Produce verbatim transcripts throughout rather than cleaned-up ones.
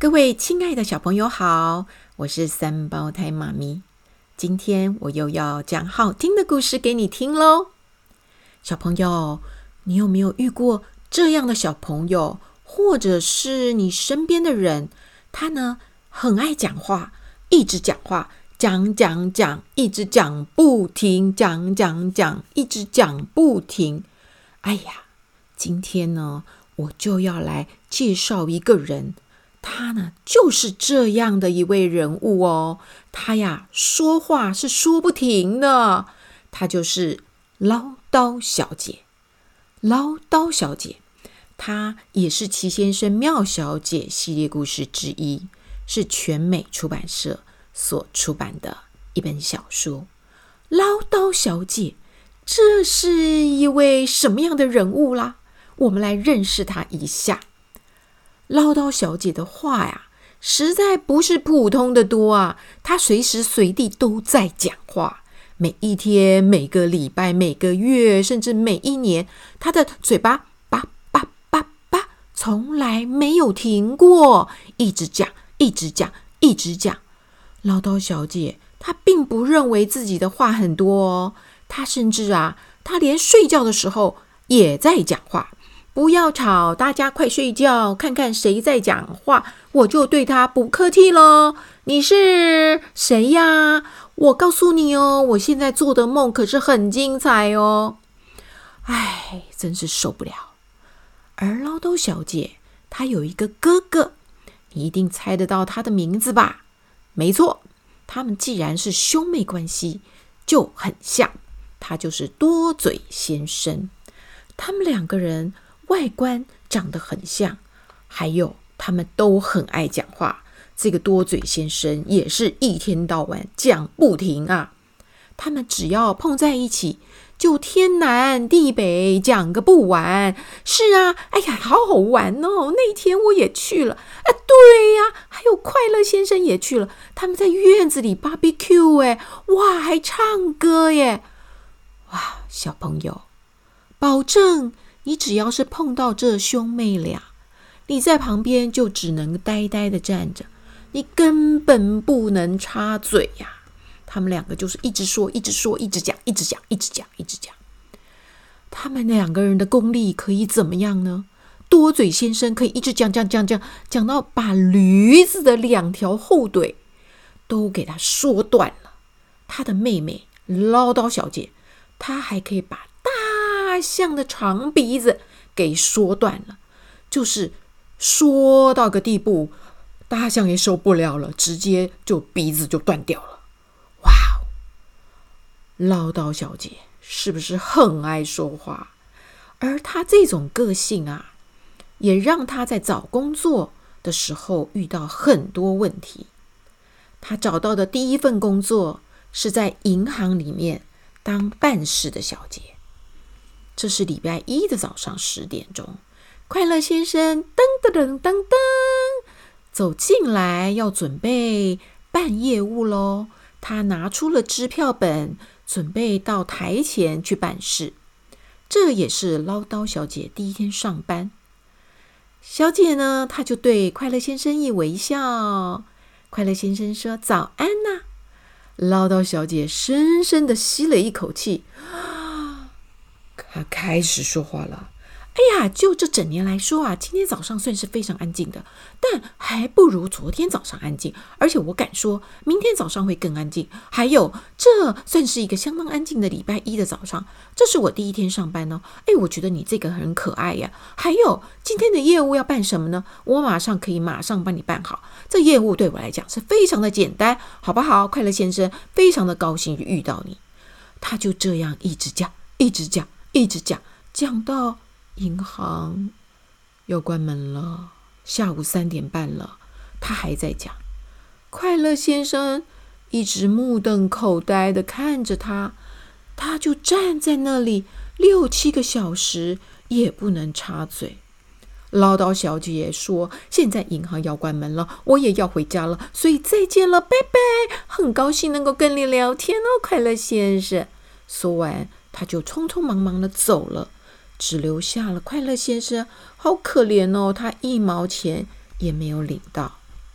各位亲爱的小朋友好，我是三胞胎妈咪。今天我又要讲好听的故事给你听咯。小朋友，你有没有遇过这样的小朋友，或者是你身边的人，他呢很爱讲话，一直讲话，讲讲讲，一直讲不停，讲讲讲，一直讲不停。哎呀，今天呢，我就要来介绍一个人，他呢就是这样的一位人物哦。他呀说话是说不停的，他就是唠叨小姐。唠叨小姐，她也是奇先生妙小姐系列故事之一，是全美出版社所出版的一本小说。唠叨小姐，这是一位什么样的人物啦？我们来认识她一下。唠叨小姐的话呀，实在不是普通的多啊，她随时随地都在讲话。每一天、每个礼拜、每个月，甚至每一年，她的嘴巴叭叭叭叭，从来没有停过，一直讲，一直讲，一直讲。唠叨小姐，她并不认为自己的话很多哦，她甚至啊，她连睡觉的时候也在讲话。不要吵，大家快睡觉，看看谁在讲话，我就对他不客气咯。你是谁呀？我告诉你哦，我现在做的梦可是很精彩哦。哎，真是受不了。而唠叨小姐，她有一个哥哥，你一定猜得到他的名字吧？没错，他们既然是兄妹关系，就很像，他就是多嘴先生。他们两个人外观长得很像，还有他们都很爱讲话。这个多嘴先生也是一天到晚讲不停啊。他们只要碰在一起，就天南地北讲个不完。是啊，哎呀，好好玩哦！那天我也去了。啊，对呀，还有快乐先生也去了。他们在院子里 B B Q 哎，哇，还唱歌耶！哇，小朋友，保证你只要是碰到这兄妹俩，你在旁边就只能呆呆的站着，你根本不能插嘴呀。他们两个就是一直说，一直说，一直讲，一直讲，一直讲，一直讲。他们两个人的功力可以怎么样呢？多嘴先生可以一直讲讲讲讲，讲到把驴子的两条后腿都给他说断了。他的妹妹唠叨小姐，她还可以把大象的长鼻子给说断了，就是说到个地步，大象也受不了了，直接就鼻子就断掉了。哇，唠叨小姐是不是很爱说话？而她这种个性啊，也让她在找工作的时候遇到很多问题。她找到的第一份工作是在银行里面当办事的小姐。这是礼拜一的早上十点钟，快乐先生噔噔噔噔噔走进来，要准备办业务咯。他拿出了支票本，准备到台前去办事。这也是唠叨小姐第一天上班。小姐呢，她就对快乐先生一微笑。快乐先生说：“早安呐。”唠叨小姐深深的吸了一口气，她开始说话了。哎呀，就这整年来说啊，今天早上算是非常安静的，但还不如昨天早上安静。而且我敢说，明天早上会更安静。还有，这算是一个相当安静的礼拜一的早上。这是我第一天上班哦。哎，我觉得你这个很可爱呀。还有，今天的业务要办什么呢？我马上可以马上帮你办好。这业务对我来讲是非常的简单，好不好？快乐先生非常的高兴遇到你。他就这样一直讲，一直讲，一直讲，讲到银行要关门了，下午三点半了，他还在讲。快乐先生一直目瞪口呆的看着他，他就站在那里六七个小时也不能插嘴。唠叨小姐说：“现在银行要关门了，我也要回家了，所以再见了，拜拜！很高兴能够跟你聊天哦，快乐先生。”说完，他就匆匆忙忙的走了。只留下了快乐先生，好可怜哦，他一毛钱也没有领到。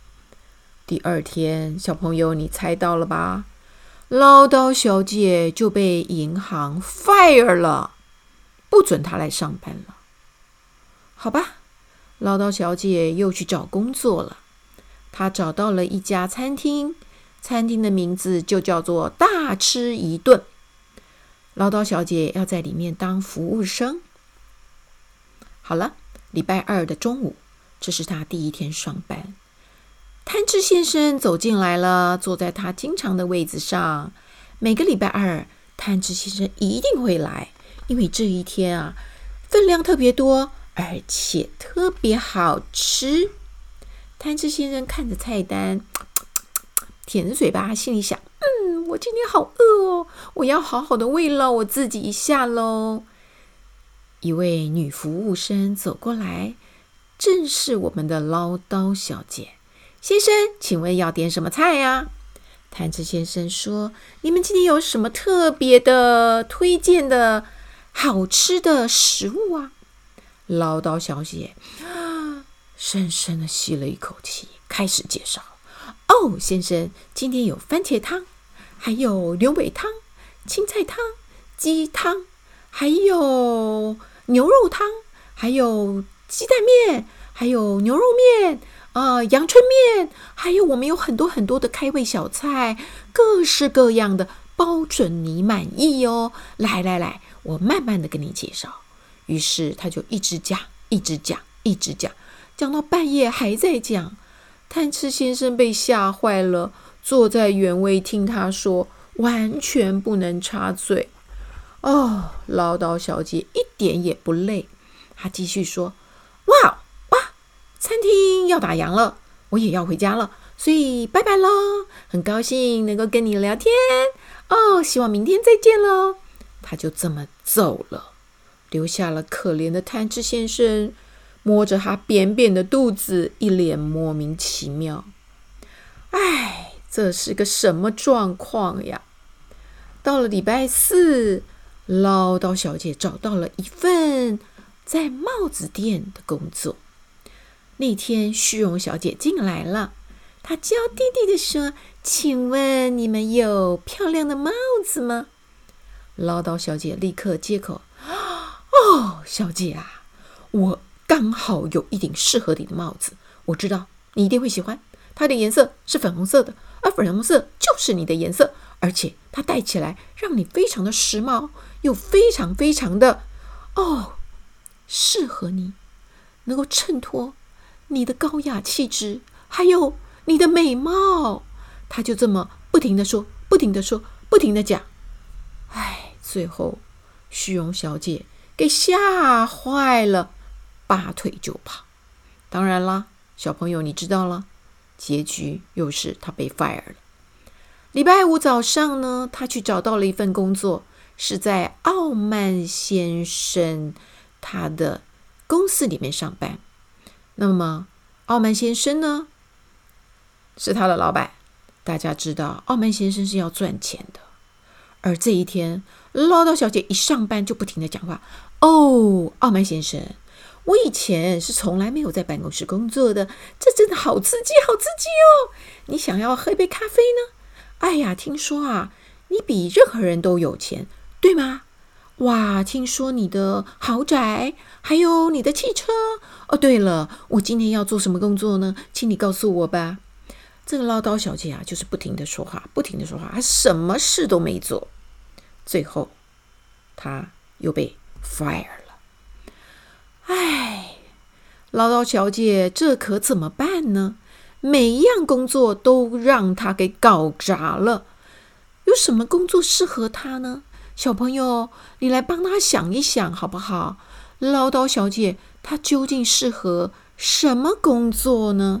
第二天，小朋友，你猜到了吧？唠叨小姐就被银行 fire 了，不准她来上班了。好吧，唠叨小姐又去找工作了。她找到了一家餐厅，餐厅的名字就叫做大吃一顿。唠叨小姐要在里面当服务生。好了，礼拜二的中午，这是她第一天上班。贪吃先生走进来了，坐在他经常的位子上。每个礼拜二，贪吃先生一定会来，因为这一天啊，分量特别多，而且特别好吃。贪吃先生看着菜单，舔着嘴巴，心里想：嗯，我今天好饿哦，我要好好的慰劳我自己一下咯。一位女服务生走过来，正是我们的唠叨小姐。先生，请问要点什么菜呀？贪吃先生说：你们今天有什么特别的推荐的好吃的食物啊？唠叨小姐深深的吸了一口气，开始介绍：哦，先生，今天有番茄汤，还有牛尾汤、青菜汤、鸡汤，还有牛肉汤，还有鸡蛋面，还有牛肉面呃，阳春面，还有我们有很多很多的开胃小菜，各式各样的，包准你满意哦。来来来，我慢慢的跟你介绍。于是他就一直讲，一直讲，一直讲，讲到半夜还在讲。贪吃先生被吓坏了，坐在原位听他说，完全不能插嘴。哦，唠叨小姐一点也不累，她继续说：哇！餐厅要打烊了，我也要回家了，所以拜拜咯，很高兴能够跟你聊天哦，希望明天再见咯。他就这么走了，留下了可怜的贪吃先生，摸着他扁扁的肚子，一脸莫名其妙。哎，这是个什么状况呀？到了礼拜四，唠叨小姐找到了一份在帽子店的工作。那天虚荣小姐进来了，她娇滴滴地说：请问你们有漂亮的帽子吗？唠叨小姐立刻接口：哦，小姐啊，我刚好有一顶适合你的帽子，我知道你一定会喜欢，它的颜色是粉红色的，而粉红色就是你的颜色，而且它戴起来让你非常的时髦，又非常非常的哦，适合你，能够衬托你的高雅气质，还有你的美貌。他就这么不停地说，不停地说，不停地讲。哎，最后虚荣小姐给吓坏了，拔腿就跑。当然啦，小朋友你知道了，结局又是他被 fire 了。礼拜五早上呢，他去找到了一份工作，是在傲慢先生他的公司里面上班。那么傲慢先生呢，是他的老板。大家知道傲慢先生是要赚钱的，而这一天唠叨小姐一上班就不停地讲话。哦，傲慢先生，我以前是从来没有在办公室工作的，这真的好刺激好刺激哦，你想要喝一杯咖啡呢？哎呀，听说啊，你比任何人都有钱，对吗？哇，听说你的豪宅，还有你的汽车。哦，对了，我今天要做什么工作呢？请你告诉我吧。这个唠叨小姐啊，就是不停的说话，不停的说话，她什么事都没做，最后她又被 fire 了。哎，唠叨小姐这可怎么办呢？每一样工作都让她给搞砸了，有什么工作适合她呢？小朋友，你来帮她想一想好不好？唠叨小姐她究竟适合什么工作呢？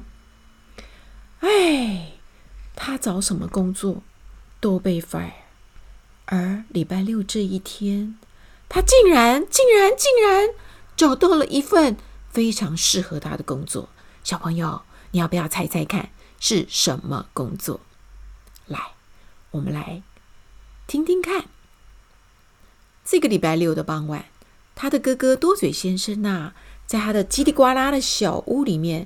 哎，她找什么工作都被 fire， 而礼拜六这一天，她竟然竟然竟然找到了一份非常适合她的工作。小朋友，你要不要猜猜看是什么工作？来，我们来听听看。这个礼拜六的傍晚，他的哥哥多嘴先生啊，在他的叽里呱啦的小屋里面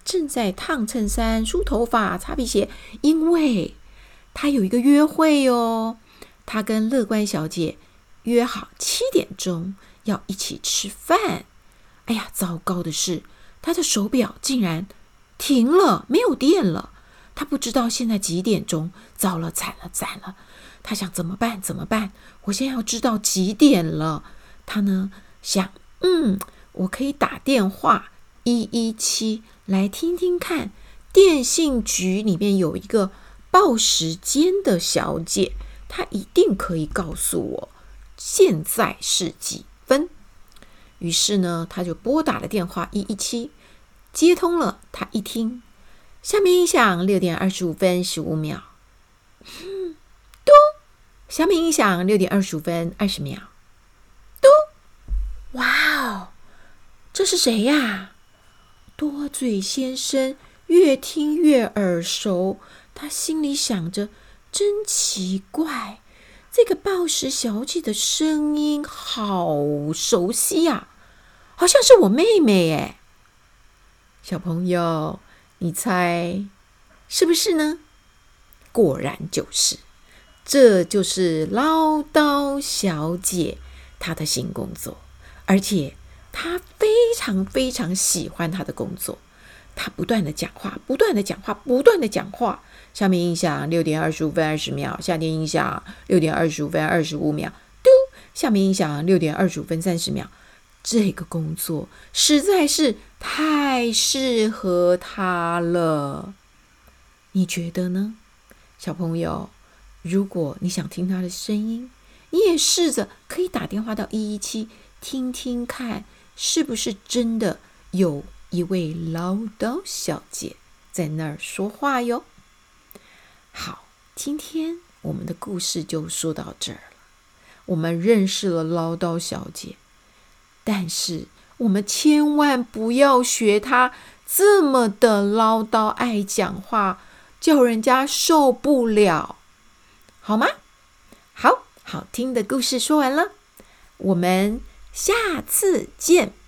正在烫衬衫、梳头发、擦皮鞋，因为他有一个约会哦。他跟乐观小姐约好七点钟要一起吃饭。哎呀，糟糕的是，他的手表竟然停了，没有电了。他不知道现在几点钟，糟了，惨了，惨了。他想怎么办？怎么办？我现在要知道几点了。他呢想，嗯，我可以打电话一一七来听听看，电信局里面有一个报时间的小姐，她一定可以告诉我现在是几分。于是呢，他就拨打了电话一一七，接通了。他一听，下面音响六点二十五分十五秒，嘟，下面音响六点二十五分二十秒，嘟，哇哦，这是谁呀？多嘴先生越听越耳熟，他心里想着，真奇怪，这个报时小姐的声音好熟悉呀、啊，好像是我妹妹耶。小朋友，你猜是不是呢？果然就是，这就是唠叨小姐她的新工作，而且她非常非常喜欢她的工作。她不断的讲话，不断的讲话，不断的讲话。上面音响六点二十五分二十秒，下面音响六点二十五分二十五秒，嘟，下面音响六点二十五分三十秒。这个工作实在是太适合他了，你觉得呢？小朋友，如果你想听他的声音，你也试着可以打电话到一一七听听看，是不是真的有一位唠叨小姐在那儿说话哟。好，今天我们的故事就说到这儿了。我们认识了唠叨小姐，但是我们千万不要学她这么的唠叨，爱讲话，叫人家受不了，好吗？好，好听的故事说完了，我们下次见。